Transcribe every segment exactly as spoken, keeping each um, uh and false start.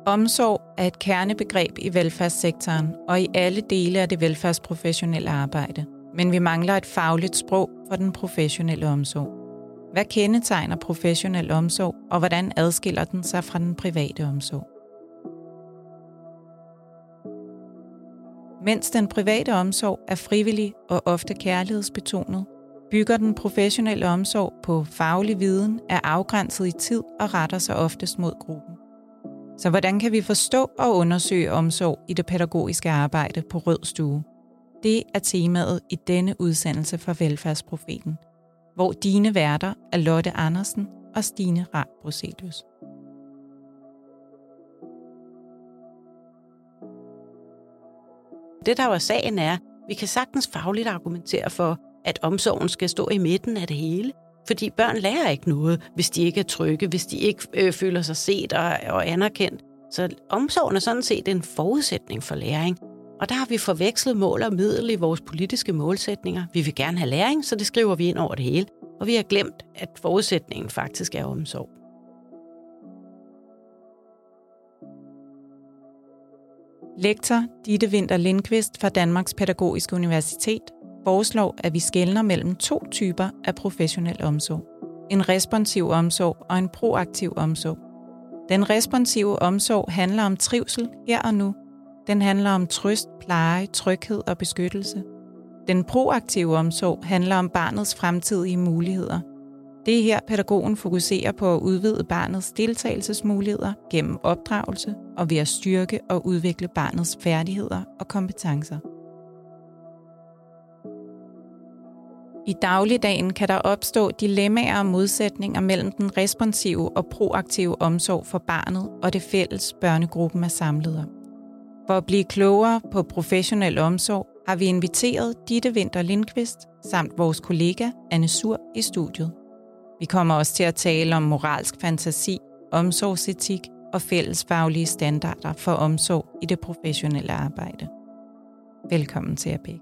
Omsorg er et kernebegreb i velfærdssektoren og i alle dele af det velfærdsprofessionelle arbejde. Men vi mangler et fagligt sprog for den professionelle omsorg. Hvad kendetegner professionel omsorg, og hvordan adskiller den sig fra den private omsorg? Mens den private omsorg er frivillig og ofte kærlighedsbetonet, bygger den professionelle omsorg på faglig viden, er afgrænset i tid og retter sig oftest mod gruppen. Så hvordan kan vi forstå og undersøge omsorg i det pædagogiske arbejde på Rød Stue? Det er temaet i denne udsendelse fra Velfærdsprofeten, hvor dine værter er Lotte Andersen og Stine Raab-Broselius. Det, der var sagen er, vi kan sagtens fagligt argumentere for, at omsorgen skal stå i midten af det hele. Fordi børn lærer ikke noget, hvis de ikke er trygge, hvis de ikke øh, føler sig set og, og anerkendt. Så omsorgen er sådan set en forudsætning for læring. Og der har vi forvekslet mål og middel i vores politiske målsætninger. Vi vil gerne have læring, så det skriver vi ind over det hele. Og vi har glemt, at forudsætningen faktisk er omsorg. Lektor Ditte Winther Lindqvist fra Danmarks Pædagogiske Universitet foreslår, at vi skelner mellem to typer af professionel omsorg. En responsiv omsorg og en proaktiv omsorg. Den responsive omsorg handler om trivsel her og nu. Den handler om trøst, pleje, tryghed og beskyttelse. Den proaktive omsorg handler om barnets fremtidige muligheder. Det er her, pædagogen fokuserer på at udvide barnets deltagelsesmuligheder gennem opdragelse og ved at styrke og udvikle barnets færdigheder og kompetencer. I dagligdagen kan der opstå dilemmaer og modsætninger mellem den responsive og proaktive omsorg for barnet og det fælles børnegruppen er samlet om. For at blive klogere på professionel omsorg har vi inviteret Ditte Winther Lindqvist samt vores kollega Anne Sur i studiet. Vi kommer også til at tale om moralsk fantasi, omsorgsetik og fællesfaglige standarder for omsorg i det professionelle arbejde. Velkommen til jer begge.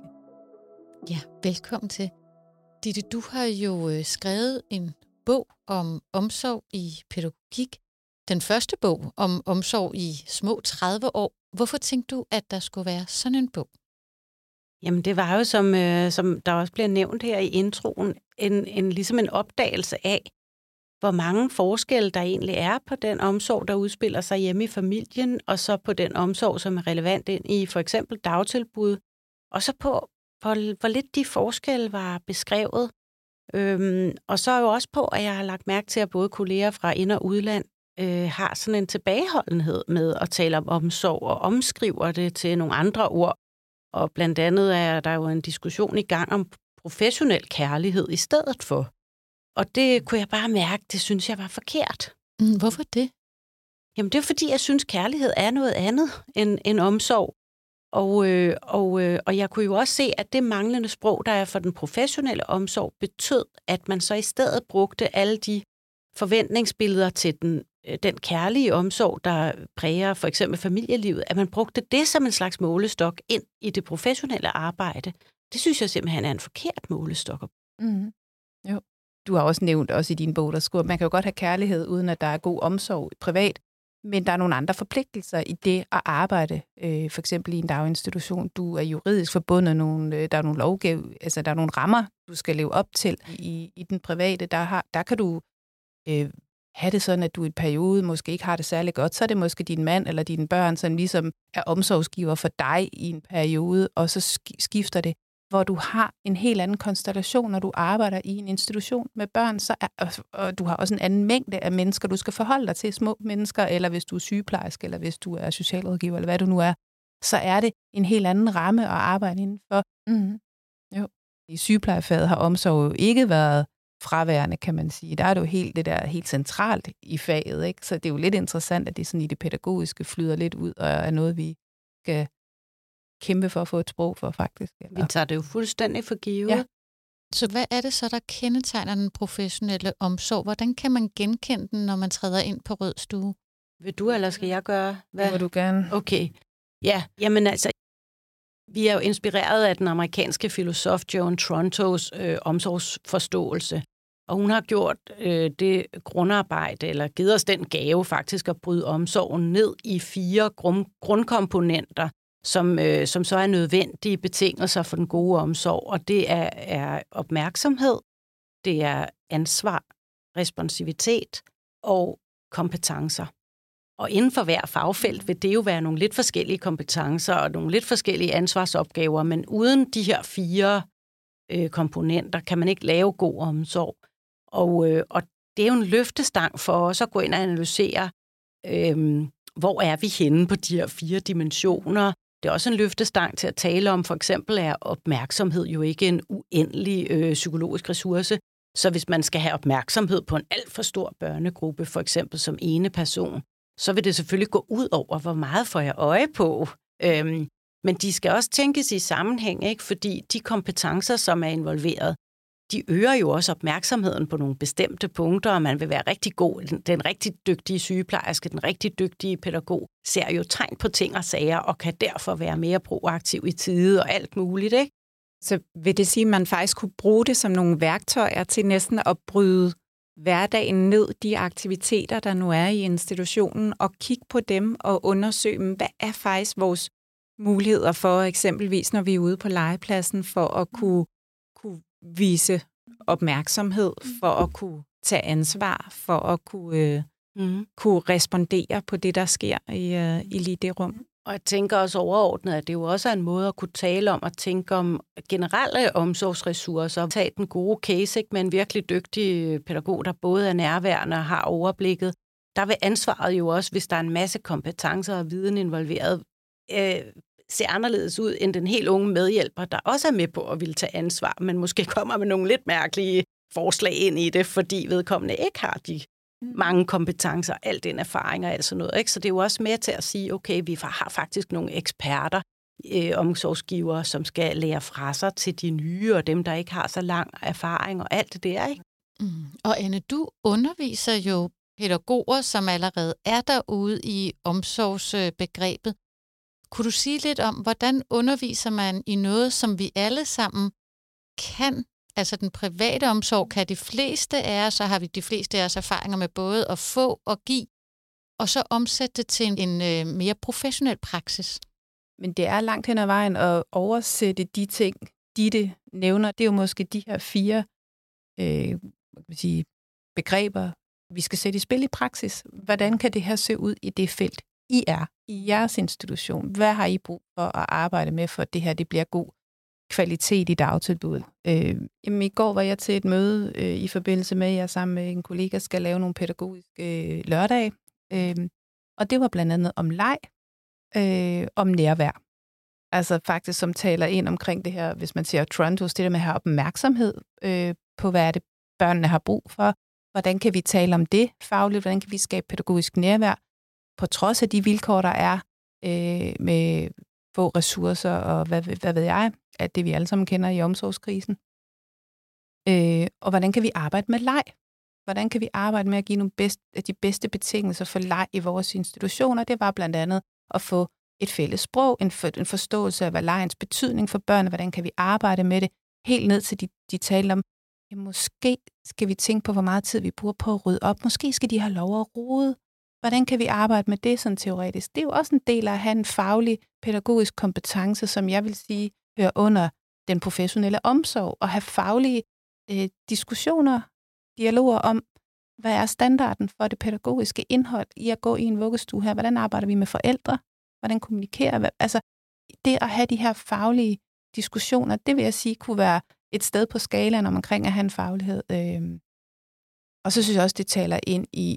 Ja, velkommen til. Ditte, du har jo skrevet en bog om omsorg i pædagogik. Den første bog om omsorg i små tredive år. Hvorfor tænkte du, at der skulle være sådan en bog? Jamen det var jo, som, øh, som der også bliver nævnt her i introen, en, en, ligesom en opdagelse af, hvor mange forskelle der egentlig er på den omsorg, der udspiller sig hjemme i familien, og så på den omsorg, som er relevant ind i for eksempel dagtilbud, og så på, hvor, hvor lidt de forskelle var beskrevet. Øhm, og så jo også på, at jeg har lagt mærke til, at både kolleger fra ind- og udland øh, har sådan en tilbageholdenhed med at tale om omsorg, og omskriver det til nogle andre ord. Og blandt andet er der jo en diskussion i gang om professionel kærlighed i stedet for. Og det kunne jeg bare mærke, det synes jeg var forkert. Mm, hvorfor det? Jamen det er fordi, jeg synes, kærlighed er noget andet end, end omsorg. Og, øh, og, øh, og jeg kunne jo også se, at det manglende sprog, der er for den professionelle omsorg, betød, at man så i stedet brugte alle de forventningsbilleder til den, den kærlige omsorg, der præger for eksempel familielivet, at man brugte det som en slags målestok ind i det professionelle arbejde. Det synes jeg simpelthen er en forkert målestok. Mm-hmm. Jo. Du har også nævnt også i din bog, der skriver, at man kan jo godt have kærlighed, uden at der er god omsorg privat, men der er nogle andre forpligtelser i det at arbejde, øh, for eksempel i en daginstitution. Du er juridisk forbundet, nogle, øh, der er nogle lovgiv, altså der er nogle rammer, du skal leve op til. I, i den private, der, har, der kan du øh, have det sådan, at du i en periode måske ikke har det særlig godt, så er det måske din mand eller dine børn, som ligesom er omsorgsgiver for dig i en periode, og så skifter det, hvor du har en helt anden konstellation, når du arbejder i en institution med børn, så er, og du har også en anden mængde af mennesker, du skal forholde dig til, små mennesker, eller hvis du er sygeplejerske, eller hvis du er socialrådgiver, eller hvad du nu er, så er det en helt anden ramme at arbejde indenfor. Mm-hmm. Jo. I sygeplejefaget har omsorg jo ikke været fraværende, kan man sige. Der er det jo helt, det der helt centralt i faget, ikke? Så det er jo lidt interessant, at det sådan i det pædagogiske flyder lidt ud, og er noget, vi skal kæmpe for at få et sprog for, faktisk. Eller? Vi tager det jo fuldstændig for givet. Ja. Så hvad er det så, der kendetegner den professionelle omsorg? Hvordan kan man genkende den, når man træder ind på Rød Stue? Vil du, eller skal jeg gøre? Hvad? Det må du gerne. Okay. Ja, jamen altså, vi er jo inspireret af den amerikanske filosof Joan Trontos øh, omsorgsforståelse. Og hun har gjort øh, det grundarbejde, eller givet os den gave faktisk at bryde omsorgen ned i fire grund, grundkomponenter, som, øh, som så er nødvendige betingelser for den gode omsorg. Og det er, er opmærksomhed, det er ansvar, responsivitet og kompetencer. Og inden for hver fagfelt vil det jo være nogle lidt forskellige kompetencer og nogle lidt forskellige ansvarsopgaver, men uden de her fire øh, komponenter kan man ikke lave god omsorg. Og, øh, og det er jo en løftestang for os at gå ind og analysere, øh, hvor er vi henne på de her fire dimensioner. Det er også en løftestang til at tale om, for eksempel er opmærksomhed jo ikke en uendelig øh, psykologisk ressource. Så hvis man skal have opmærksomhed på en alt for stor børnegruppe, for eksempel som ene person, så vil det selvfølgelig gå ud over, hvor meget får jeg øje på. Øhm, men de skal også tænkes i sammenhæng, ikke? Fordi de kompetencer, som er involveret, de øger jo også opmærksomheden på nogle bestemte punkter, og man vil være rigtig god. Den, den rigtig dygtige sygeplejerske, den rigtig dygtige pædagog, ser jo tegn på ting og sager, og kan derfor være mere proaktiv i tide og alt muligt, ikke? Så vil det sige, at man faktisk kunne bruge det som nogle værktøjer til næsten at bryde hverdagen ned, de aktiviteter, der nu er i institutionen, og kigge på dem og undersøge dem. Hvad er faktisk vores muligheder for, eksempelvis når vi er ude på legepladsen, for at kunne, kunne vise opmærksomhed, for at kunne tage ansvar, for at kunne, øh, mm. kunne respondere på det, der sker i, øh, i lige det rum. Og jeg tænker også overordnet, at det jo også er en måde at kunne tale om at tænke om generelle omsorgsressourcer. Tag den gode case, ikke, med en virkelig dygtig pædagog, der både er nærværende og har overblikket. Der vil ansvaret jo også, hvis der er en masse kompetencer og viden involveret, øh, se anderledes ud end den helt unge medhjælper, der også er med på at ville tage ansvar, men måske kommer med nogle lidt mærkelige forslag ind i det, fordi vedkommende ikke har de mange kompetencer, al den erfaring og alt sådan noget. Ikke? Så det er jo også med til at sige, okay, vi har faktisk nogle eksperter, øh, omsorgsgivere, som skal lære fra sig til de nye, og dem, der ikke har så lang erfaring og alt det der. Ikke? Mm. Og Anne, du underviser jo pædagoger, som allerede er derude i omsorgsbegrebet. Kunne du sige lidt om, hvordan underviser man i noget, som vi alle sammen kan? Altså den private omsorg kan de fleste af os, så har vi de fleste af os erfaringer med både at få og give, og så omsætte det til en, en øh, mere professionel praksis. Men det er langt hen ad vejen at oversætte de ting, Ditte nævner. Det er jo måske de her fire øh, hvad kan man sige, begreber, vi skal sætte i spil i praksis. Hvordan kan det her se ud i det felt, I er, i jeres institution? Hvad har I brug for at arbejde med, for at det her det bliver god kvalitet i dagtilbuddet? Øh, jamen, i går var jeg til et møde øh, i forbindelse med, at jeg sammen med en kollega skal lave nogle pædagogiske øh, lørdage. Øh, og det var blandt andet om leg, øh, om nærvær. Altså faktisk, som taler ind omkring det her, hvis man siger Torontos, det der med at have opmærksomhed øh, på, hvad er det, børnene har brug for. Hvordan kan vi tale om det fagligt? Hvordan kan vi skabe pædagogisk nærvær på trods af de vilkår, der er øh, med få ressourcer og hvad, hvad ved jeg, at det vi alle sammen kender i omsorgskrisen. Øh, og hvordan kan vi arbejde med leg? Hvordan kan vi arbejde med at give nogle bedst, de bedste betingelser for leg i vores institutioner? Det var blandt andet at få et fælles sprog, en, for, en forståelse af, hvad legens betydning for børn, hvordan kan vi arbejde med det, helt ned til de, de taler om, ja, måske skal vi tænke på, hvor meget tid vi bruger på at rydde op. Måske skal de have lov at rode. Hvordan kan vi arbejde med det sådan teoretisk? Det er jo også en del af at have en faglig pædagogisk kompetence, som jeg vil sige hører under den professionelle omsorg, og have faglige øh, diskussioner, dialoger om, hvad er standarden for det pædagogiske indhold i at gå i en vuggestue her? Hvordan arbejder vi med forældre? Hvordan kommunikerer vi? Altså, det at have de her faglige diskussioner, det vil jeg sige, kunne være et sted på skalaen om omkring at have en faglighed. Øh. Og så synes jeg også, det taler ind i,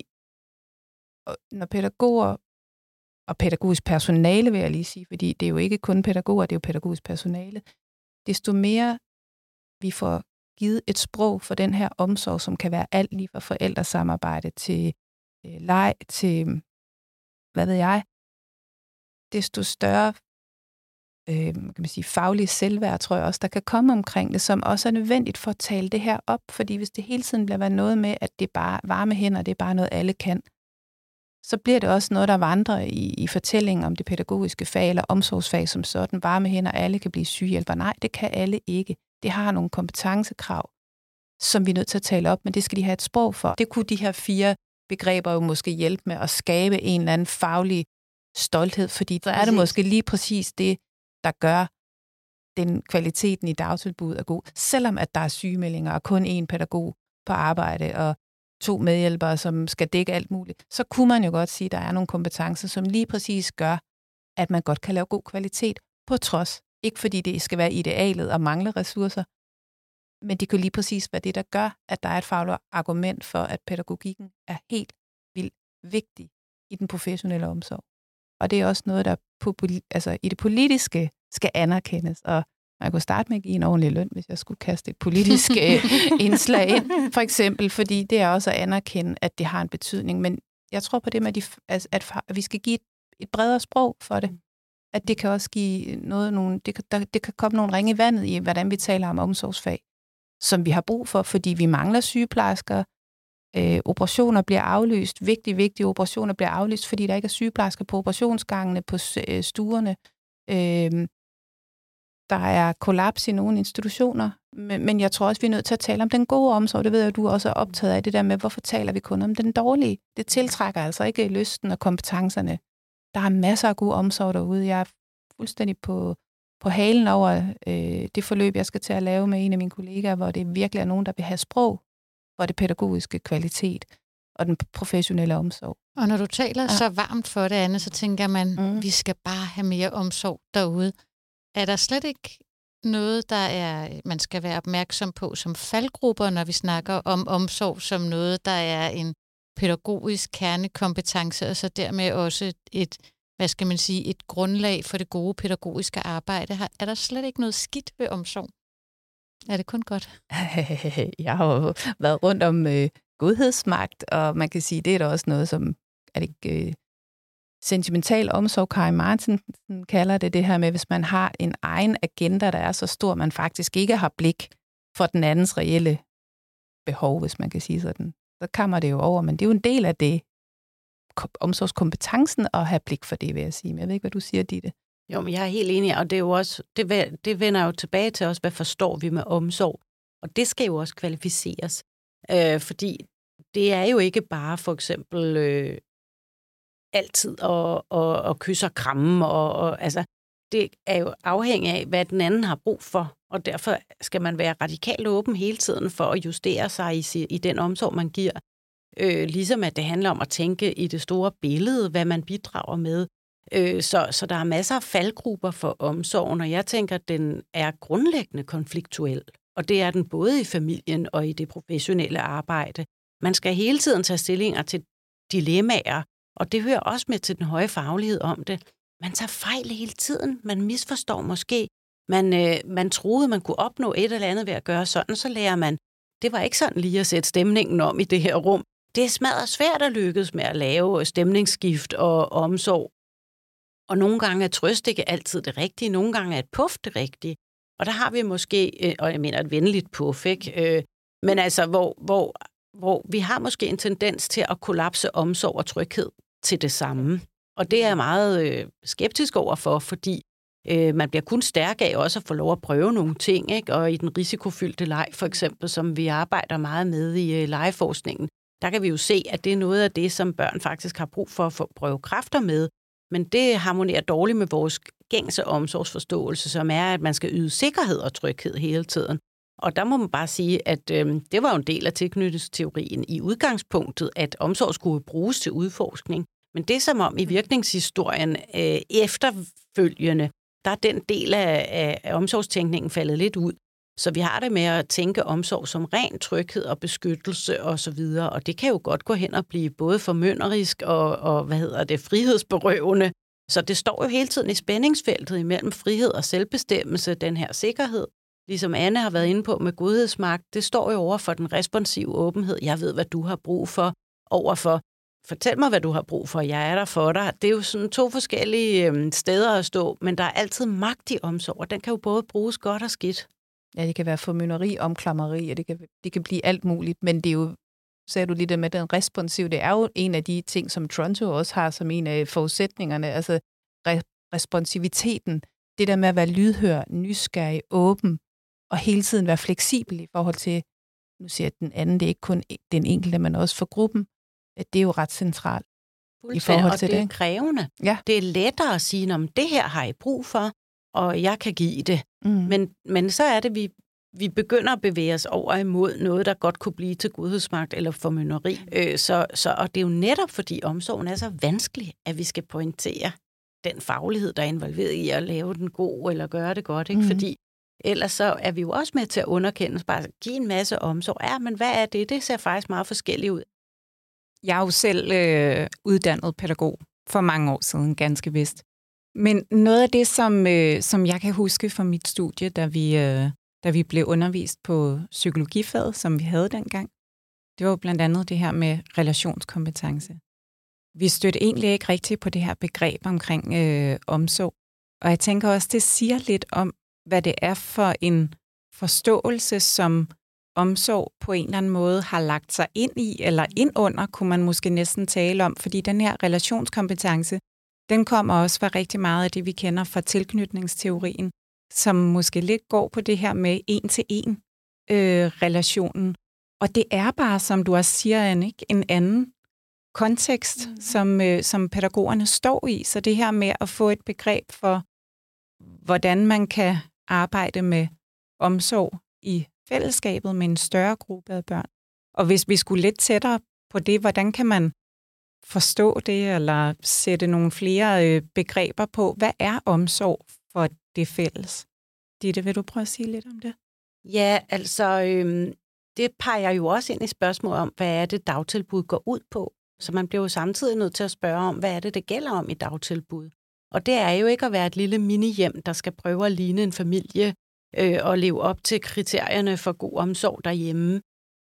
når pædagoger og pædagogisk personale, vil jeg lige sige, fordi det er jo ikke kun pædagoger, det er jo pædagogisk personale, desto mere vi får givet et sprog for den her omsorg, som kan være alt lige fra forældresamarbejde til øh, leg, til, hvad ved jeg, desto større øh, kan man sige, faglige selvværd, tror jeg også, der kan komme omkring det, som også er nødvendigt for at tale det her op, fordi hvis det hele tiden bliver noget med, at det er bare varme hænder, det er bare noget, alle kan, så bliver det også noget, der vandrer i, i fortællingen om det pædagogiske fag eller omsorgsfag som sådan. Varme hænder, alle kan blive sygehjælper. Nej, det kan alle ikke. Det har nogle kompetencekrav. som vi er nødt til at tale op, men det skal de have et sprog for. Det kunne de her fire begreber jo måske hjælpe med at skabe en eller anden faglig stolthed, fordi så er det måske lige præcis det, der gør den kvaliteten i dagtilbuddet er god. Selvom at der er sygemeldinger og kun én pædagog på arbejde og to medhjælpere, som skal dække alt muligt, så kunne man jo godt sige, at der er nogle kompetencer, som lige præcis gør, at man godt kan lave god kvalitet på trods. Ikke fordi det skal være idealet og mangle ressourcer, men det kan lige præcis være det, der gør, at der er et fagligt argument for, at pædagogikken er helt vildt vigtig i den professionelle omsorg. Og det er også noget, der på, altså, i det politiske skal anerkendes. Og man kunne starte med at give en ordentlig løn, hvis jeg skulle kaste et politisk indslag ind, for eksempel, fordi det er også at anerkende, at det har en betydning. Men jeg tror på det med, at, at vi skal give et, et bredere sprog for det. At det kan også give noget, nogle, det, kan, der, det kan komme nogle ringe i vandet i, hvordan vi taler om omsorgsfag, som vi har brug for, fordi vi mangler sygeplejersker. Øh, operationer bliver aflyst. Vigtige, vigtige operationer bliver aflyst, fordi der ikke er sygeplejersker på operationsgangene, på øh, stuerne. Øh, der er kollaps i nogle institutioner, men, men jeg tror også, vi er nødt til at tale om den gode omsorg. Det ved jeg, du også er optaget af, det der med, hvorfor taler vi kun om den dårlige? Det tiltrækker altså ikke lysten og kompetencerne. Der er masser af god omsorg derude. Jeg er fuldstændig på, på halen over øh, det forløb, jeg skal til at lave med en af mine kollegaer, hvor det virkelig er nogen, der vil have sprog for det pædagogiske kvalitet og den professionelle omsorg. Og når du taler ja. så varmt for det, Anne, så tænker man, mm. vi skal bare have mere omsorg derude. Er der slet ikke noget, der er, man skal være opmærksom på som faldgrupper, når vi snakker om omsorg som noget, der er en pædagogisk kernekompetence, og så dermed også et, hvad skal man sige, et grundlag for det gode pædagogiske arbejde? Er der slet ikke noget skidt ved omsorg? Er det kun godt? Jeg har jo været rundt om øh, godhedsmagt, og man kan sige, det er da også noget, som er det ikke... Øh, sentimental omsorg, Kari Martin kalder det det her med, hvis man har en egen agenda, der er så stor, man faktisk ikke har blik for den andens reelle behov, hvis man kan sige sådan. Så kommer det jo over, men det er jo en del af det, omsorgskompetencen at have blik for det, vil jeg sige. Men jeg ved ikke, hvad du siger, Ditte. Jo, men jeg er helt enig, og det er jo også, det, det vender jo tilbage til os, hvad forstår vi med omsorg? Og det skal jo også kvalificeres, øh, fordi det er jo ikke bare for eksempel øh, altid at, at, at kysse og kramme, og, og altså, det er jo afhængig af, hvad den anden har brug for, og derfor skal man være radikalt åben hele tiden for at justere sig i, i den omsorg, man giver. Øh, ligesom at det handler om at tænke i det store billede, hvad man bidrager med. Øh, så, så der er masser af faldgrupper for omsorgen, og jeg tænker, at den er grundlæggende konfliktuel. Og det er den både i familien og i det professionelle arbejde. Man skal hele tiden tage stillinger til dilemmaer, og det hører også med til den høje faglighed om det. Man tager fejl hele tiden. Man misforstår måske. Man, øh, man troede, man kunne opnå et eller andet ved at gøre sådan, så lærer man, det var ikke sådan lige at sætte stemningen om i det her rum. Det er smadret svært at lykkes med at lave stemningsskift og omsorg. Og nogle gange er trøst ikke altid det rigtige, nogle gange er et puff det rigtige. Og der har vi måske, og jeg mener et venligt puff, ikke? Men altså, hvor, hvor, hvor vi har måske en tendens til at kollapse omsorg og tryghed til det samme. Og det er jeg meget øh, skeptisk overfor, fordi øh, man bliver kun stærk af også at få lov at prøve nogle ting, ikke? Og i den risikofyldte leg, for eksempel, som vi arbejder meget med i øh, legeforskningen, der kan vi jo se, at det er noget af det, som børn faktisk har brug for at få prøve kræfter med. Men det harmonerer dårligt med vores gængse omsorgsforståelse, som er, at man skal yde sikkerhed og tryghed hele tiden. Og der må man bare sige, at øh, det var jo en del af tilknytningsteorien i udgangspunktet, at omsorg skulle bruges til udforskning. Men det er som om i virkningshistorien øh, efterfølgende, der er den del af, af, af omsorgstænkningen faldet lidt ud. Så vi har det med at tænke omsorg som ren tryghed og beskyttelse og så videre, og det kan jo godt gå hen og blive både formynderisk og, og hvad hedder det, frihedsberøvende. Så det står jo hele tiden i spændingsfeltet imellem frihed og selvbestemmelse, den her sikkerhed. Ligesom Anne har været inde på med godhedsmagt, det står jo over for den responsive åbenhed. Jeg ved, hvad du har brug for, overfor. Fortæl mig, hvad du har brug for. Jeg er der for dig. Det er jo sådan to forskellige øh, steder at stå, men der er altid magt i omsorg, og den kan jo både bruges godt og skidt. Ja, det kan være formynderi, omklammeri, og det kan, det kan blive alt muligt, men det er jo, sagde du lige det med den responsive, det er jo en af de ting, som Toronto også har som en af forudsætningerne, altså re- responsiviteten, det der med at være lydhør, nysgerrig, åben, og hele tiden være fleksibel i forhold til nu siger jeg, at den anden, det er ikke kun den enkelte, men også for gruppen, at det er jo ret centralt i forhold til og det. Og det er det. krævende. Ja. Det er lettere at sige, om det her har I brug for, og jeg kan give det. Mm. Men, men så er det, vi, vi begynder at bevæge os over imod noget, der godt kunne blive til godhedsmagt eller formynderi. Øh, så, så, og det er jo netop, fordi omsorgen er så vanskelig, at vi skal pointere den faglighed, der er involveret i at lave den god eller gøre det godt. Ikke? Mm. Fordi ellers så er vi jo også med til at underkende, bare give en masse omsorg. Ja, men hvad er det? Det ser faktisk meget forskelligt ud. Jeg er jo selv øh, uddannet pædagog for mange år siden, ganske vist. Men noget af det, som, øh, som jeg kan huske fra mit studie, da vi, øh, da vi blev undervist på psykologifaget, som vi havde dengang, det var blandt andet det her med relationskompetence. Vi stødte egentlig ikke rigtigt på det her begreb omkring øh, omsorg. Og jeg tænker også, det siger lidt om, hvad det er for en forståelse, som omsorg på en eller anden måde har lagt sig ind i, eller ind under, kunne man måske næsten tale om, fordi den her relationskompetence, den kommer også fra rigtig meget af det, vi kender fra tilknytningsteorien, som måske lidt går på det her med en-til-en øh, relationen. Og det er bare, som du også siger, Annik, en anden kontekst, mm. som, øh, som pædagogerne står i. Så det her med at få et begreb for, hvordan man kan arbejde med omsorg i fællesskabet med en større gruppe af børn. Og hvis vi skulle lidt tættere på det, hvordan kan man forstå det, eller sætte nogle flere øh, begreber på, hvad er omsorg for det fælles? Ditte, vil du prøve at sige lidt om det? Ja, altså, øh, det peger jo også ind i spørgsmål om, hvad er det, dagtilbud går ud på? Så man bliver jo samtidig nødt til at spørge om, hvad er det, det gælder om i dagtilbud? Og det er jo ikke at være et lille mini-hjem, der skal prøve at ligne en familie øh, og leve op til kriterierne for god omsorg derhjemme.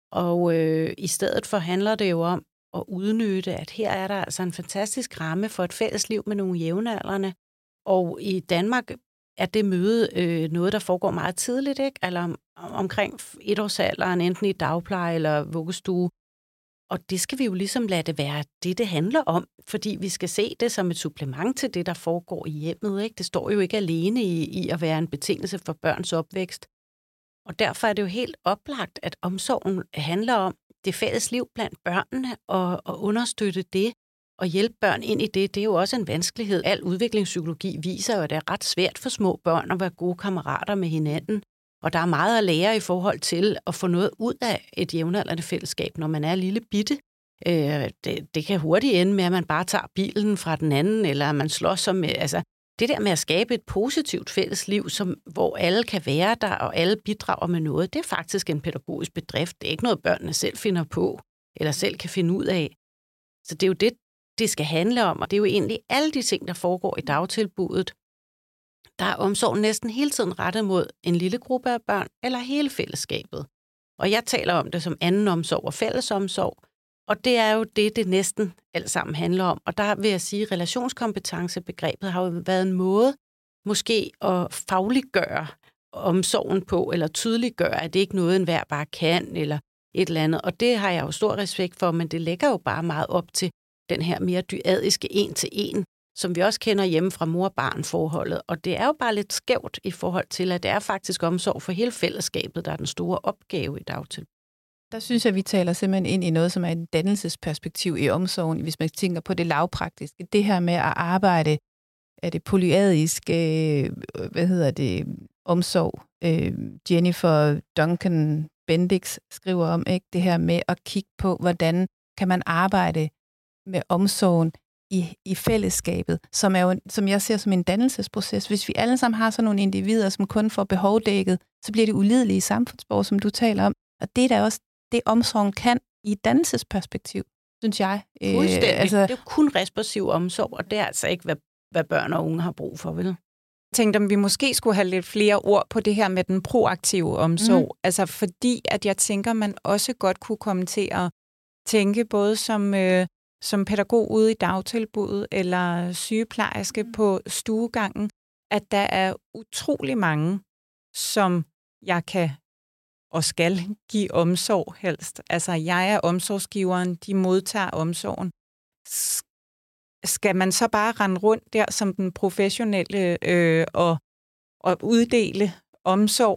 Og øh, i stedet for handler det jo om at udnytte, at her er der altså en fantastisk ramme for et fælles liv med nogle jævnaldrende. Og i Danmark er det møde øh, noget, der foregår meget tidligt, ikke? Eller om, omkring etårsalderen, enten i dagpleje eller vuggestue. Og det skal vi jo ligesom lade det være det, det handler om, fordi vi skal se det som et supplement til det, der foregår i hjemmet. Ikke? Det står jo ikke alene i, i at være en betingelse for børns opvækst. Og derfor er det jo helt oplagt, at omsorgen handler om det fælles liv blandt børnene og, og understøtte det og hjælpe børn ind i det. Det er jo også en vanskelighed. Al udviklingspsykologi viser jo, at det er ret svært for små børn at være gode kammerater med hinanden. Og der er meget at lære i forhold til at få noget ud af et jævnaldrende fællesskab, når man er lille bitte. Øh, det, det kan hurtigt ende med, at man bare tager bilen fra den anden, eller at man slås som med, altså det der med at skabe et positivt fælles liv, som, hvor alle kan være der, og alle bidrager med noget, det er faktisk en pædagogisk bedrift. Det er ikke noget, børnene selv finder på, eller selv kan finde ud af. Så det er jo det, det skal handle om, og det er jo egentlig alle de ting, der foregår i dagtilbuddet. Der er omsorg næsten hele tiden rettet mod en lille gruppe af børn, eller hele fællesskabet. Og jeg taler om det som anden omsorg og fællesomsorg, og det er jo det, det næsten alt sammen handler om. Og der vil jeg sige, at relationskompetencebegrebet har jo været en måde måske at fagliggøre omsorgen på, eller tydeliggøre, at det ikke er noget, enhver bare kan, eller et eller andet. Og det har jeg jo stor respekt for, men det lægger jo bare meget op til den her mere dyadiske en-til-en, som vi også kender hjemme fra mor-barn-forholdet. Og det er jo bare lidt skævt i forhold til, at det er faktisk omsorg for hele fællesskabet, der er den store opgave i dagtilbud. Der synes jeg, vi taler simpelthen ind i noget, som er et dannelsesperspektiv i omsorgen, hvis man tænker på det lavpraktiske. Det her med at arbejde, er det polyadisk, øh, hvad hedder det, omsorg. Øh, Jennifer Duncan Bendix skriver om, ikke, det her med at kigge på, hvordan kan man arbejde med omsorgen i, i fællesskabet, som, er jo, som jeg ser som en dannelsesproces. Hvis vi alle sammen har sådan nogle individer, som kun får behov dækket, så bliver det ulidelige samfundsborg, som du taler om. Og det er da også det, omsorgen kan i et dannelsesperspektiv, synes jeg. Fuldstændig. Øh, altså, det er jo kun responsiv omsorg, og det er altså ikke, hvad, hvad børn og unge har brug for, vel? Jeg tænkte, om vi måske skulle have lidt flere ord på det her med den proaktive omsorg. Mm. Altså fordi, at jeg tænker, man også godt kunne komme til at tænke både som, øh, som pædagog ude i dagtilbuddet eller sygeplejerske på stuegangen, at der er utrolig mange, som jeg kan og skal give omsorg helst. Altså, jeg er omsorgsgiveren, de modtager omsorgen. Skal man så bare rende rundt der som den professionelle øh, og, og uddele omsorg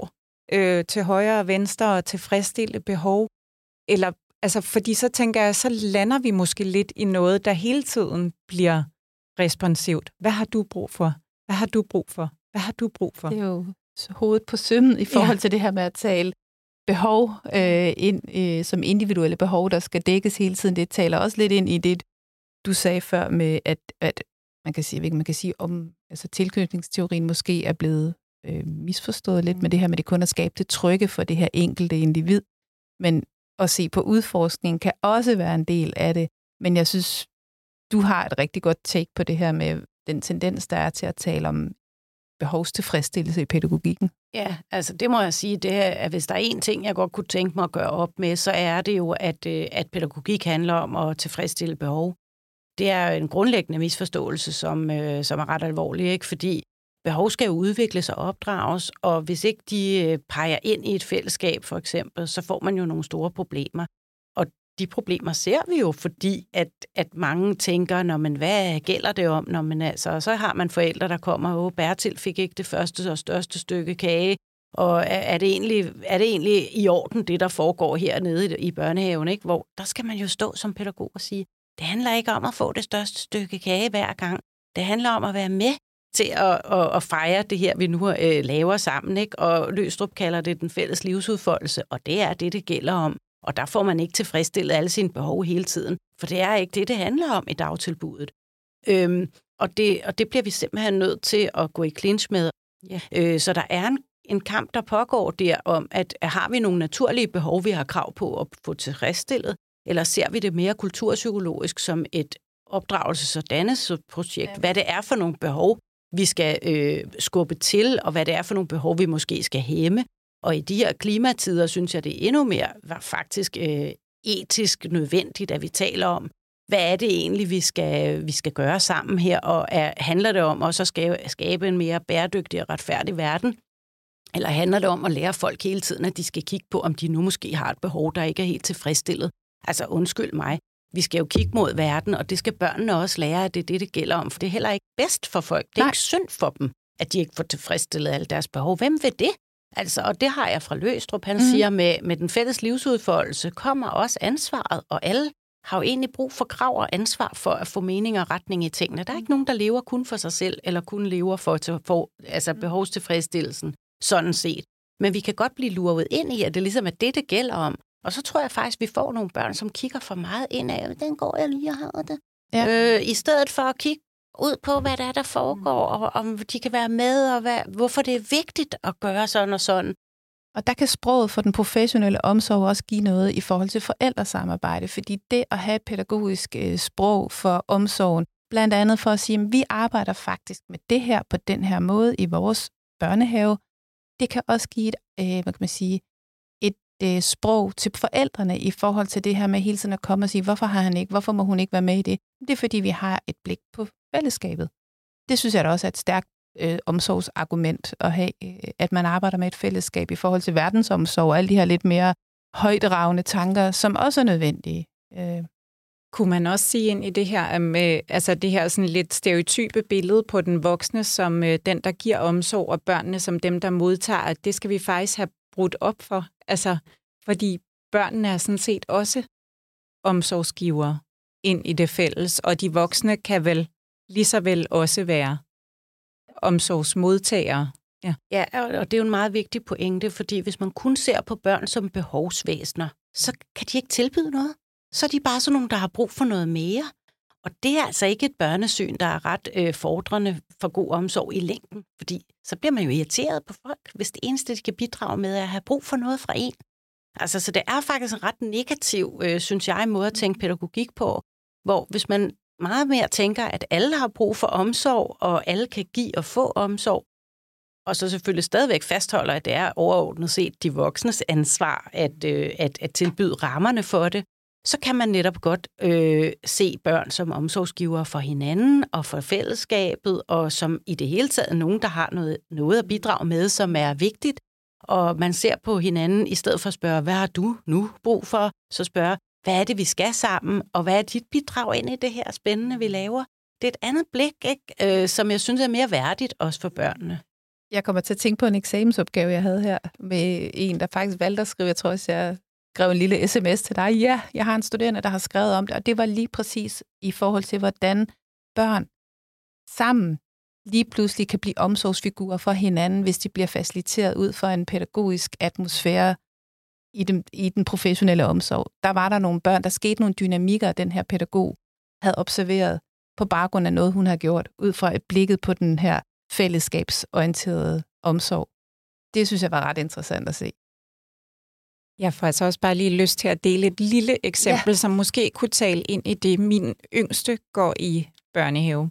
øh, til højre og venstre og tilfredsstille behov? Eller, altså, fordi så tænker jeg, så lander vi måske lidt i noget, der hele tiden bliver responsivt. Hvad har du brug for? Hvad har du brug for? Hvad har du brug for? Det er jo hovedet på sømmen i forhold ja. til det her med at tale behov øh, ind, øh, som individuelle behov, der skal dækkes hele tiden. Det taler også lidt ind i det, du sagde før med, at, at man kan sige, man kan sige om altså tilknytningsteorien måske er blevet øh, misforstået lidt med det her med det kun at skabe det trygge for det her enkelte individ. Men at se på udforskning kan også være en del af det. Men jeg synes, du har et rigtig godt take på det her med den tendens, der er til at tale om behovstilfredsstillelse i pædagogikken. Ja, altså det må jeg sige, det er, at hvis der er en ting, jeg godt kunne tænke mig at gøre op med, så er det jo, at, at pædagogik handler om at tilfredsstille behov. Det er en grundlæggende misforståelse, som, øh, som er ret alvorlig, ikke? Fordi behov skal jo udvikles og opdrages, og hvis ikke de peger ind i et fællesskab for eksempel, så får man jo nogle store problemer. Og de problemer ser vi jo, fordi at, at mange tænker, når man, hvad gælder det om? Når man altså, så har man forældre, der kommer, åh, Bertil fik ikke det første og største stykke kage, og er, er, det egentlig, er det egentlig i orden, det der foregår hernede i, i børnehaven, ikke? Hvor der skal man jo stå som pædagog og sige, det handler ikke om at få det største stykke kage hver gang. Det handler om at være med til at, at, at fejre det her, vi nu øh, laver sammen, ikke? Og Løgstrup kalder det den fælles livsudfoldelse, og det er det, det gælder om. Og der får man ikke tilfredsstillet alle sine behov hele tiden, for det er ikke det, det handler om i dagtilbuddet. Øhm, og, det, og det bliver vi simpelthen nødt til at gå i clinch med. Yeah. Øh, så der er en, en kamp, der pågår der om, at har vi nogle naturlige behov, vi har krav på at få tilfredsstillet, eller ser vi det mere kulturpsykologisk som et opdragelses- og dannelsesprojekt, ja. Hvad det er for nogle behov, vi skal øh, skubbe til, og hvad det er for nogle behov, vi måske skal hæmme. Og i de her klimatider, synes jeg, det er endnu mere faktisk øh, etisk nødvendigt, at vi taler om, hvad er det egentlig, vi skal, vi skal gøre sammen her, og er, handler det om også at skabe, skabe en mere bæredygtig og retfærdig verden? Eller handler det om at lære folk hele tiden, at de skal kigge på, om de nu måske har et behov, der ikke er helt tilfredsstillet? Altså undskyld mig, vi skal jo kigge mod verden, og det skal børnene også lære, at det er det, det gælder om, for det er heller ikke bedst for folk. Det er Nej. ikke synd for dem, at de ikke får tilfredsstillet alle deres behov. Hvem vil det? Altså, og det har jeg fra Løgstrup. Han mm. siger, med, med den fælles livsudfoldelse kommer også ansvaret, og alle har jo egentlig brug for krav og ansvar for at få mening og retning i tingene. Der er ikke nogen, der lever kun for sig selv, eller kun lever for, for altså behovstilfredsstillelsen, sådan set. Men vi kan godt blive luret ind i, at det ligesom er det, det gælder om. Og så tror jeg faktisk, vi får nogle børn, som kigger for meget ind af, den går jeg lige og har det. Ja. Øh, I stedet for at kigge ud på, hvad der er, der foregår, og om de kan være med, og hvad, hvorfor det er vigtigt at gøre sådan og sådan. Og der kan sproget for den professionelle omsorg også give noget i forhold til forældresamarbejde, fordi det at have et pædagogisk sprog for omsorgen, blandt andet for at sige, at vi arbejder faktisk med det her på den her måde i vores børnehave, det kan også give et, øh, hvad kan man sige, et øh, sprog til forældrene i forhold til det her med hele tiden at komme og sige, hvorfor har han ikke, hvorfor må hun ikke være med i det? Det er fordi, vi har et blik på fællesskabet. Det synes jeg da også er et stærkt øh, omsorgsargument at have, øh, at man arbejder med et fællesskab i forhold til verdensomsorg og alle de her lidt mere højdragende tanker, som også er nødvendige. Øh. Kunne man også sige ind i det her med, altså det her sådan lidt stereotype billede på den voksne som øh, den, der giver omsorg, og børnene som dem, der modtager, at det skal vi faktisk have brudt op for. Altså, fordi børnene er sådan set også omsorgsgivere ind i det fælles, og de voksne kan vel lige så vel også være omsorgsmodtagere. Ja. ja, og det er jo en meget vigtig pointe, fordi hvis man kun ser på børn som behovsvæsener, så kan de ikke tilbyde noget. Så er de bare sådan nogle, der har brug for noget mere. Og det er altså ikke et børnesyn, der er ret øh, fordrende for god omsorg i længden, fordi så bliver man jo irriteret på folk, hvis det eneste, de kan bidrage med, er at have brug for noget fra en. Altså, så det er faktisk en ret negativ, øh, synes jeg, måde at tænke pædagogik på, hvor hvis man meget mere tænker, at alle har brug for omsorg, og alle kan give og få omsorg, og så selvfølgelig stadigvæk fastholder, at det er overordnet set de voksnes ansvar at, øh, at, at tilbyde rammerne for det, så kan man netop godt øh, se børn som omsorgsgivere for hinanden og for fællesskabet, og som i det hele taget nogen, der har noget, noget at bidrage med, som er vigtigt. Og man ser på hinanden, i stedet for at spørge, hvad har du nu brug for? Så spørge, hvad er det, vi skal sammen, og hvad er dit bidrag ind i det her spændende, vi laver? Det er et andet blik, ikke? Øh, som jeg synes er mere værdigt også for børnene. Jeg kommer til at tænke på en eksamensopgave, jeg havde her, med en, der faktisk valgte at skrive, jeg tror også, jeg skrev en lille sms til dig. Ja, jeg har en studerende, der har skrevet om det, og det var lige præcis i forhold til, hvordan børn sammen lige pludselig kan blive omsorgsfigurer for hinanden, hvis de bliver faciliteret ud for en pædagogisk atmosfære i den, i den professionelle omsorg. Der var der nogle børn, der skete nogle dynamikker, den her pædagog havde observeret på baggrund af noget, hun har gjort, ud fra et blikket på den her fællesskabsorienterede omsorg. Det synes jeg var ret interessant at se. Jeg får altså også bare lige lyst til at dele et lille eksempel, ja. Som måske kunne tale ind i det. Min yngste går i børnehave.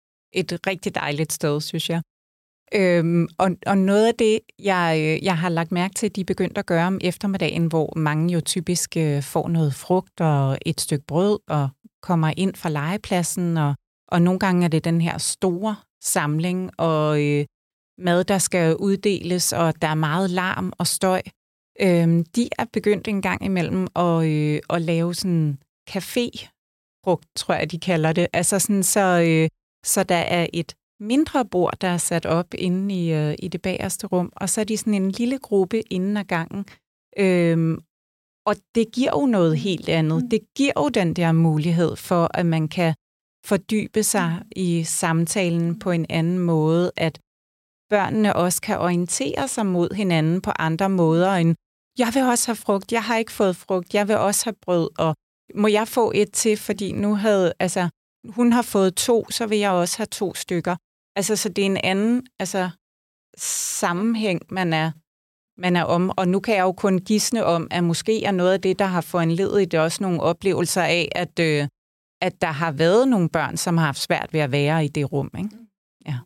Et rigtig dejligt sted, synes jeg. Øhm, og, og noget af det, jeg, jeg har lagt mærke til, at de er begyndt at gøre om eftermiddagen, hvor mange jo typisk øh, får noget frugt og et stykke brød og kommer ind fra legepladsen, og, og nogle gange er det den her store samling og øh, mad, der skal uddeles, og der er meget larm og støj. Øhm, de er begyndt en gang imellem at, øh, at lave sådan café-frugt, tror jeg, de kalder det. Altså sådan, så, øh, så der er et mindre bord, der er sat op inde i, øh, i det bagerste rum, og så er de sådan en lille gruppe inden ad gangen. Øhm, og det giver jo noget helt andet. Det giver jo den der mulighed for, at man kan fordybe sig i samtalen på en anden måde, at børnene også kan orientere sig mod hinanden på andre måder end, jeg vil også have frugt, jeg har ikke fået frugt, jeg vil også have brød, og må jeg få et til, fordi nu havde, altså, hun har fået to, så vil jeg også have to stykker. Altså, så det er en anden, altså, sammenhæng, man er, man er om, og nu kan jeg jo kun gisne om, at måske er noget af det, der har foranledet i det også nogle oplevelser af, at, øh, at der har været nogle børn, som har haft svært ved at være i det rum, ikke? Ja.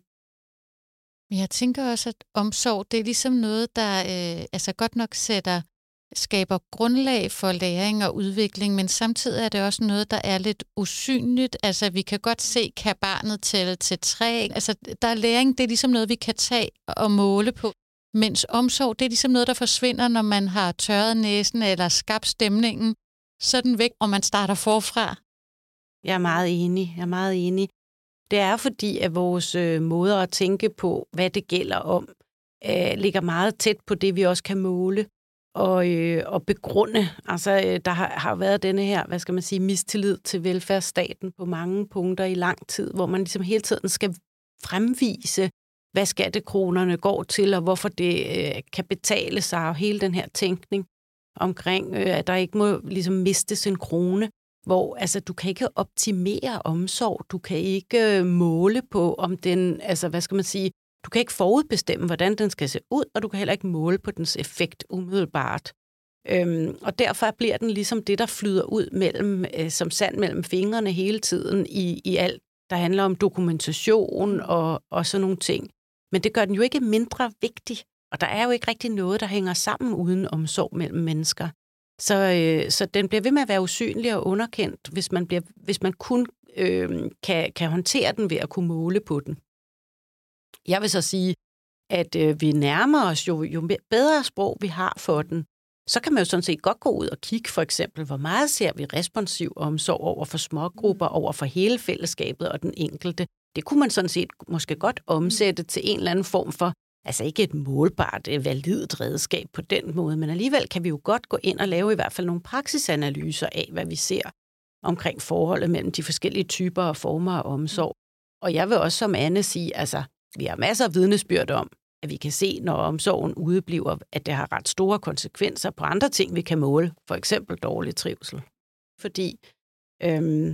Men jeg tænker også, at omsorg, det er ligesom noget, der øh, altså godt nok sætter, skaber grundlag for læring og udvikling, men samtidig er det også noget, der er lidt usynligt. Altså, vi kan godt se, kan barnet tælle til tre? Altså, der er læring, det er ligesom noget, vi kan tage og måle på. Mens omsorg, det er ligesom noget, der forsvinder, når man har tørret næsen eller skabt stemningen. Så er den væk, og man starter forfra. Jeg er meget enig. Jeg er meget enig. Det er fordi, at vores øh, måder at tænke på, hvad det gælder om, øh, ligger meget tæt på det, vi også kan måle og, øh, og begrunde. Altså, øh, der har, har været denne her, hvad skal man sige, mistillid til velfærdsstaten på mange punkter i lang tid, hvor man ligesom hele tiden skal fremvise, hvad skattekronerne går til, og hvorfor det øh, kan betale sig, og hele den her tænkning omkring, øh, at der ikke må ligesom mistes en krone. Hvor altså, du kan ikke optimere omsorg, du kan ikke måle på, om den, altså hvad skal man sige, du kan ikke forudbestemme, hvordan den skal se ud, og du kan heller ikke måle på dens effekt umiddelbart. Øhm, og derfor bliver den ligesom det, der flyder ud mellem, øh, som sand mellem fingrene hele tiden i, i alt, der handler om dokumentation og, og sådan nogle ting. Men det gør den jo ikke mindre vigtig, og der er jo ikke rigtig noget, der hænger sammen uden omsorg mellem mennesker. Så, øh, så den bliver ved med at være usynlig og underkendt, hvis man, bliver, hvis man kun øh, kan, kan håndtere den ved at kunne måle på den. Jeg vil så sige, at øh, vi nærmer os jo, jo bedre sprog vi har for den, så kan man jo sådan set godt gå ud og kigge for eksempel, hvor meget ser vi responsiv omsorg over for smågrupper, over for hele fællesskabet og den enkelte. Det kunne man sådan set måske godt omsætte til en eller anden form for, altså ikke et målbart, validt redskab på den måde, men alligevel kan vi jo godt gå ind og lave i hvert fald nogle praksisanalyser af, hvad vi ser omkring forholdet mellem de forskellige typer og former af omsorg. Og jeg vil også som Anne sige, altså vi har masser af vidnesbyrd om, at vi kan se, når omsorgen udebliver, at det har ret store konsekvenser på andre ting, vi kan måle, for eksempel dårlig trivsel. Fordi øhm,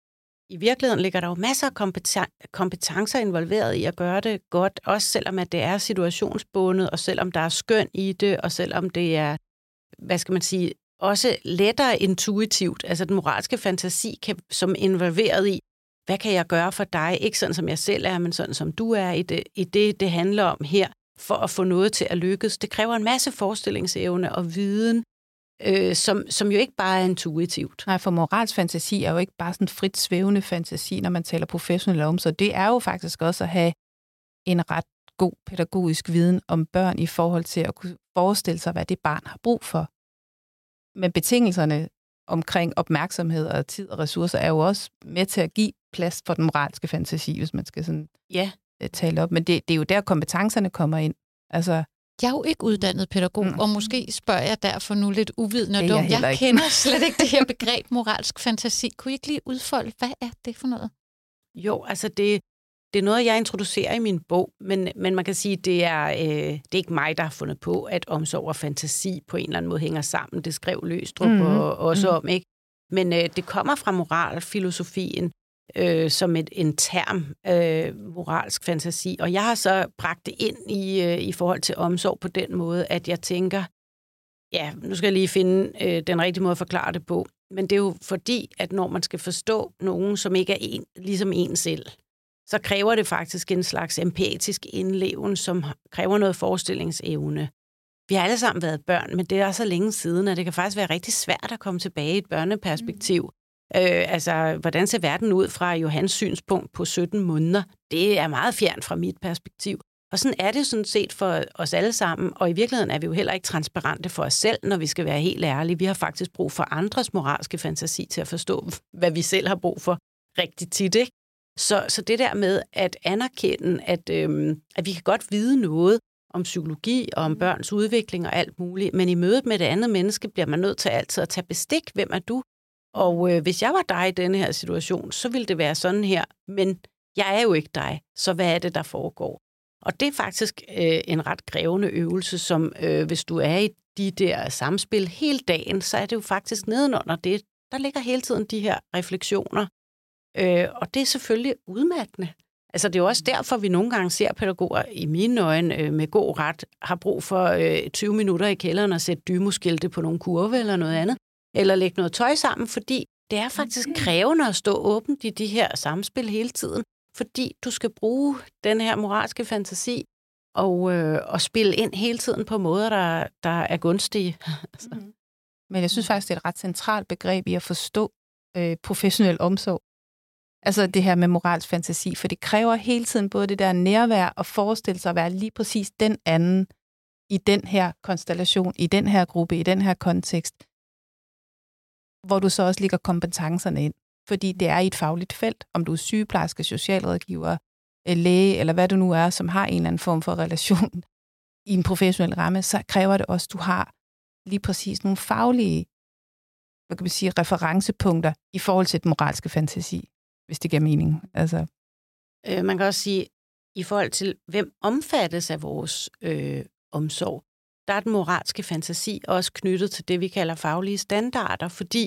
i virkeligheden ligger der jo masser af kompeten- kompetencer involveret i at gøre det godt, også selvom at det er situationsbundet, og selvom der er skøn i det, og selvom det er, hvad skal man sige, også lettere intuitivt, altså den moralske fantasi, kan, som involveret i, hvad kan jeg gøre for dig, ikke sådan som jeg selv er, men sådan som du er i det, i det, det handler om her, for at få noget til at lykkes. Det kræver en masse forestillingsevne og viden, øh, som, som jo ikke bare er intuitivt. Nej, for moralsk fantasi er jo ikke bare sådan frit svævende fantasi, når man taler professionel omsorg. Det er jo faktisk også at have en ret god pædagogisk viden om børn i forhold til at kunne forestille sig, hvad det barn har brug for. Men betingelserne omkring opmærksomhed og tid og ressourcer er jo også med til at give plads for den moralske fantasi, hvis man skal sådan ja, øh, tale op. Men det, det er jo der, kompetencerne kommer ind. Altså, jeg er jo ikke uddannet pædagog, mm. og måske spørger jeg derfor nu lidt uvidende og dumt. Jeg, jeg kender slet ikke det her begreb moralsk fantasi. Kunne I ikke lige udfolde, hvad er det for noget? Jo, altså det, det er noget, jeg introducerer i min bog, men, men man kan sige, det er, øh, det er ikke mig, der har fundet på, at omsorg og fantasi på en eller anden måde hænger sammen. Det skrev Løgstrup mm. og, også mm. om, ikke? Men øh, det kommer fra moralfilosofien øh, som et, en term, øh, moralsk fantasi. Og jeg har så bragt det ind i, øh, i forhold til omsorg på den måde, at jeg tænker, ja, nu skal jeg lige finde øh, den rigtige måde at forklare det på. Men det er jo fordi, at når man skal forstå nogen, som ikke er en, ligesom en selv, så kræver det faktisk en slags empatisk indleven, som kræver noget forestillingsevne. Vi har alle sammen været børn, men det er så længe siden, at det kan faktisk være rigtig svært at komme tilbage i et børneperspektiv. Mm. Øh, altså, hvordan ser verden ud fra Johans synspunkt på sytten måneder? Det er meget fjernt fra mit perspektiv. Og sådan er det sådan set for os alle sammen, og i virkeligheden er vi jo heller ikke transparente for os selv, når vi skal være helt ærlige. Vi har faktisk brug for andres moralske fantasi til at forstå, hvad vi selv har brug for rigtig tit, ikke? Så, så det der med at anerkende, at, øhm, at vi kan godt vide noget om psykologi og om børns udvikling og alt muligt, men i mødet med det andet menneske bliver man nødt til altid at tage bestik. Hvem er du? Og øh, hvis jeg var dig i denne her situation, så ville det være sådan her, men jeg er jo ikke dig, så hvad er det, der foregår? Og det er faktisk øh, en ret krævende øvelse, som øh, hvis du er i de der samspil hele dagen, så er det jo faktisk nedenunder det. Der ligger hele tiden de her refleksioner. Øh, og det er selvfølgelig udmattende. Altså det er jo også derfor, vi nogle gange ser pædagoger i mine øjne øh, med god ret har brug for øh, tyve minutter i kælderen og sætte dymoskilte på nogle kurve eller noget andet, eller lægge noget tøj sammen, fordi det er faktisk krævende at stå åbent i de her samspil hele tiden, fordi du skal bruge den her moralske fantasi og, øh, og spille ind hele tiden på måder, der, der er gunstige. altså. Men jeg synes faktisk, det er et ret centralt begreb i at forstå øh, professionel omsorg. Altså det her med moralsk fantasi, for det kræver hele tiden både det der nærvær og forestille sig at være lige præcis den anden i den her konstellation, i den her gruppe, i den her kontekst, hvor du så også ligger kompetencerne ind. Fordi det er i et fagligt felt, om du er sygeplejerske, socialrådgiver, læge, eller hvad du nu er, som har en eller anden form for relation i en professionel ramme, så kræver det også, at du har lige præcis nogle faglige, hvad kan man sige, referencepunkter i forhold til den moralske fantasi, hvis det giver mening. Altså. Øh, man kan også sige, i forhold til, hvem omfattes af vores øh, omsorg, der er den moralske fantasi også knyttet til det, vi kalder faglige standarder, fordi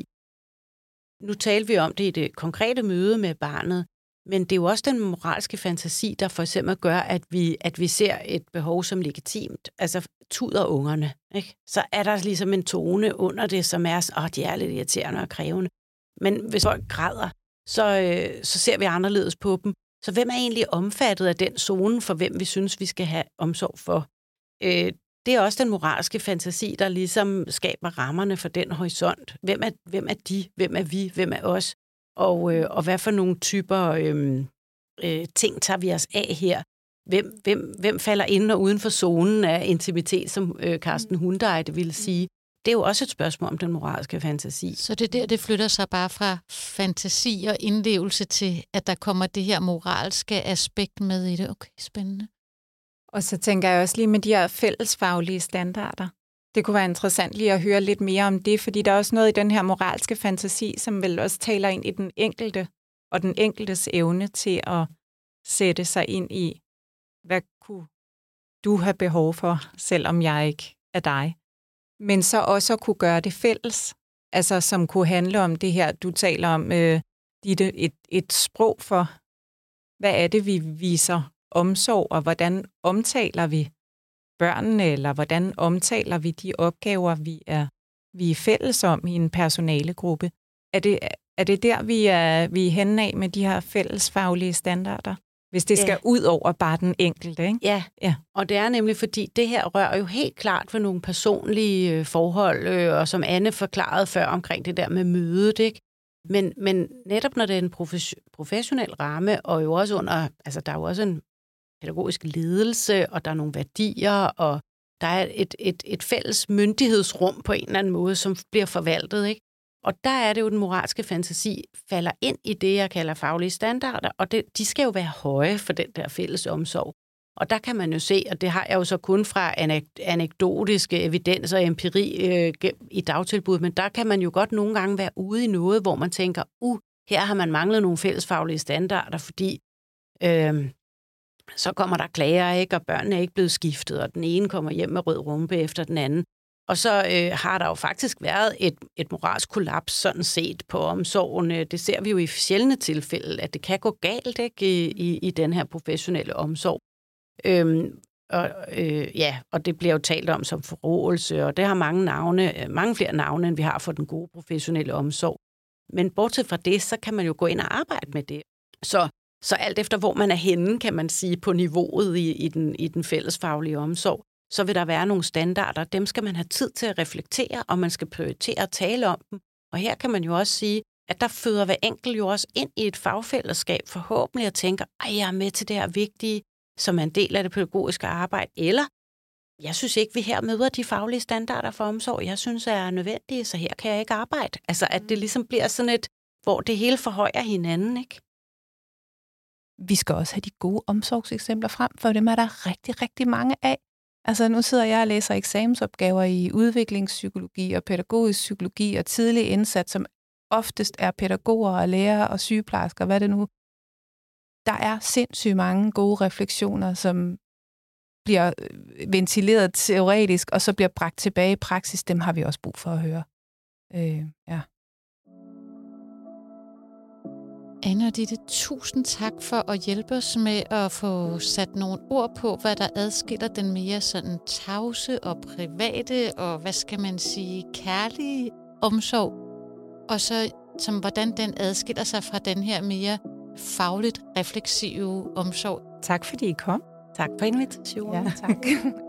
nu talte vi om det i det konkrete møde med barnet, men det er jo også den moralske fantasi, der for eksempel gør, at vi, at vi ser et behov som legitimt. Altså tuder ungerne, ikke? Så er der ligesom en tone under det, som er, åh, de er lidt irriterende og krævende. Men hvis folk græder, så, øh, så ser vi anderledes på dem. Så hvem er egentlig omfattet af den zone, for hvem vi synes, vi skal have omsorg for? Øh, det er også den moralske fantasi, der ligesom skaber rammerne for den horisont. Hvem er, hvem er de? Hvem er vi? Hvem er os? Og, øh, og hvad for nogle typer øh, øh, ting tager vi os af her? Hvem, hvem, hvem falder inden og uden for zonen af intimitet, som øh, Carsten Hundejde ville sige? Det er jo også et spørgsmål om den moralske fantasi. Så det der, det flytter sig bare fra fantasi og indlevelse til, at der kommer det her moralske aspekt med i det. Okay, spændende. Og så tænker jeg også lige med de her fællesfaglige standarder. Det kunne være interessant lige at høre lidt mere om det, fordi der er også noget i den her moralske fantasi, som vel også taler ind i den enkelte, og den enkeltes evne til at sætte sig ind i, hvad kunne du have behov for, selvom jeg ikke er dig. Men så også at kunne gøre det fælles, altså som kunne handle om det her, du taler om, øh, Ditte, et, et sprog for, hvad er det, vi viser omsorg, og hvordan omtaler vi børnene, eller hvordan omtaler vi de opgaver, vi er, vi er fælles om i en personalegruppe. Er det, er det der, vi er, vi er henne af med de her fællesfaglige standarder? Hvis det skal ja. ud over bare den enkelte, ikke? Ja. ja, og det er nemlig, fordi det her rører jo helt klart for nogle personlige forhold, øh, og som Anne forklarede før omkring det der med mødet, ikke? Men, men netop når det er en profes- professionel ramme, og jo også under, altså der er jo også en pædagogisk ledelse, og der er nogle værdier, og der er et, et, et fælles myndighedsrum på en eller anden måde, som bliver forvaltet, ikke? og der er det jo, den moralske fantasi falder ind i det, jeg kalder faglige standarder, og det, de skal jo være høje for den der fælles omsorg. Og der kan man jo se, og det har jeg jo så kun fra anekdotiske evidens og empiri øh, i dagtilbud, men der kan man jo godt nogle gange være ude i noget, hvor man tænker, uh, her har man manglet nogle fællesfaglige standarder, fordi øh, så kommer der klager, ikke, og børnene er ikke blevet skiftet, og den ene kommer hjem med rød rumpe efter den anden. Og så øh, har der jo faktisk været et, et moralsk kollaps sådan set på omsorgen. Det ser vi jo i sjældne tilfælde, at det kan gå galt, ikke, i, i, i den her professionelle omsorg. Øhm, og, øh, ja, og det bliver jo talt om som forrådelse, og det har mange navne, mange flere navne, end vi har for den gode professionelle omsorg. Men bortset fra det, så kan man jo gå ind og arbejde med det. Så, så alt efter, hvor man er henne, kan man sige, på niveauet i, i, den, i den fællesfaglige omsorg, så vil der være nogle standarder. Dem skal man have tid til at reflektere, og man skal prioritere at tale om dem. Og her kan man jo også sige, at der føder hver enkelt jo også ind i et fagfællesskab forhåbentlig og tænker, ej, jeg er med til det her vigtige, som er en del af det pædagogiske arbejde, eller jeg synes ikke, vi her møder de faglige standarder for omsorg, jeg synes er nødvendige, så her kan jeg ikke arbejde. Altså, at det ligesom bliver sådan et, hvor det hele forhøjer hinanden, ikke? Vi skal også have de gode omsorgseksempler frem, for dem er der rigtig, rigtig mange af. Altså, nu sidder jeg og læser eksamensopgaver i udviklingspsykologi og pædagogisk psykologi og tidlig indsats, som oftest er pædagoger og lærere og sygeplejersker, hvad det nu. Der er sindssygt mange gode refleksioner, som bliver ventileret teoretisk, og så bliver bragt tilbage i praksis. Dem har vi også brug for at høre. Øh, ja. Anne og Ditte, tusind tak for at hjælpe os med at få sat nogle ord på, hvad der adskiller den mere sådan tavse og private, og hvad skal man sige, kærlige omsorg, og så som hvordan den adskiller sig fra den her mere fagligt refleksive omsorg. Tak fordi I kom. Tak for invitationen. Ja, tak.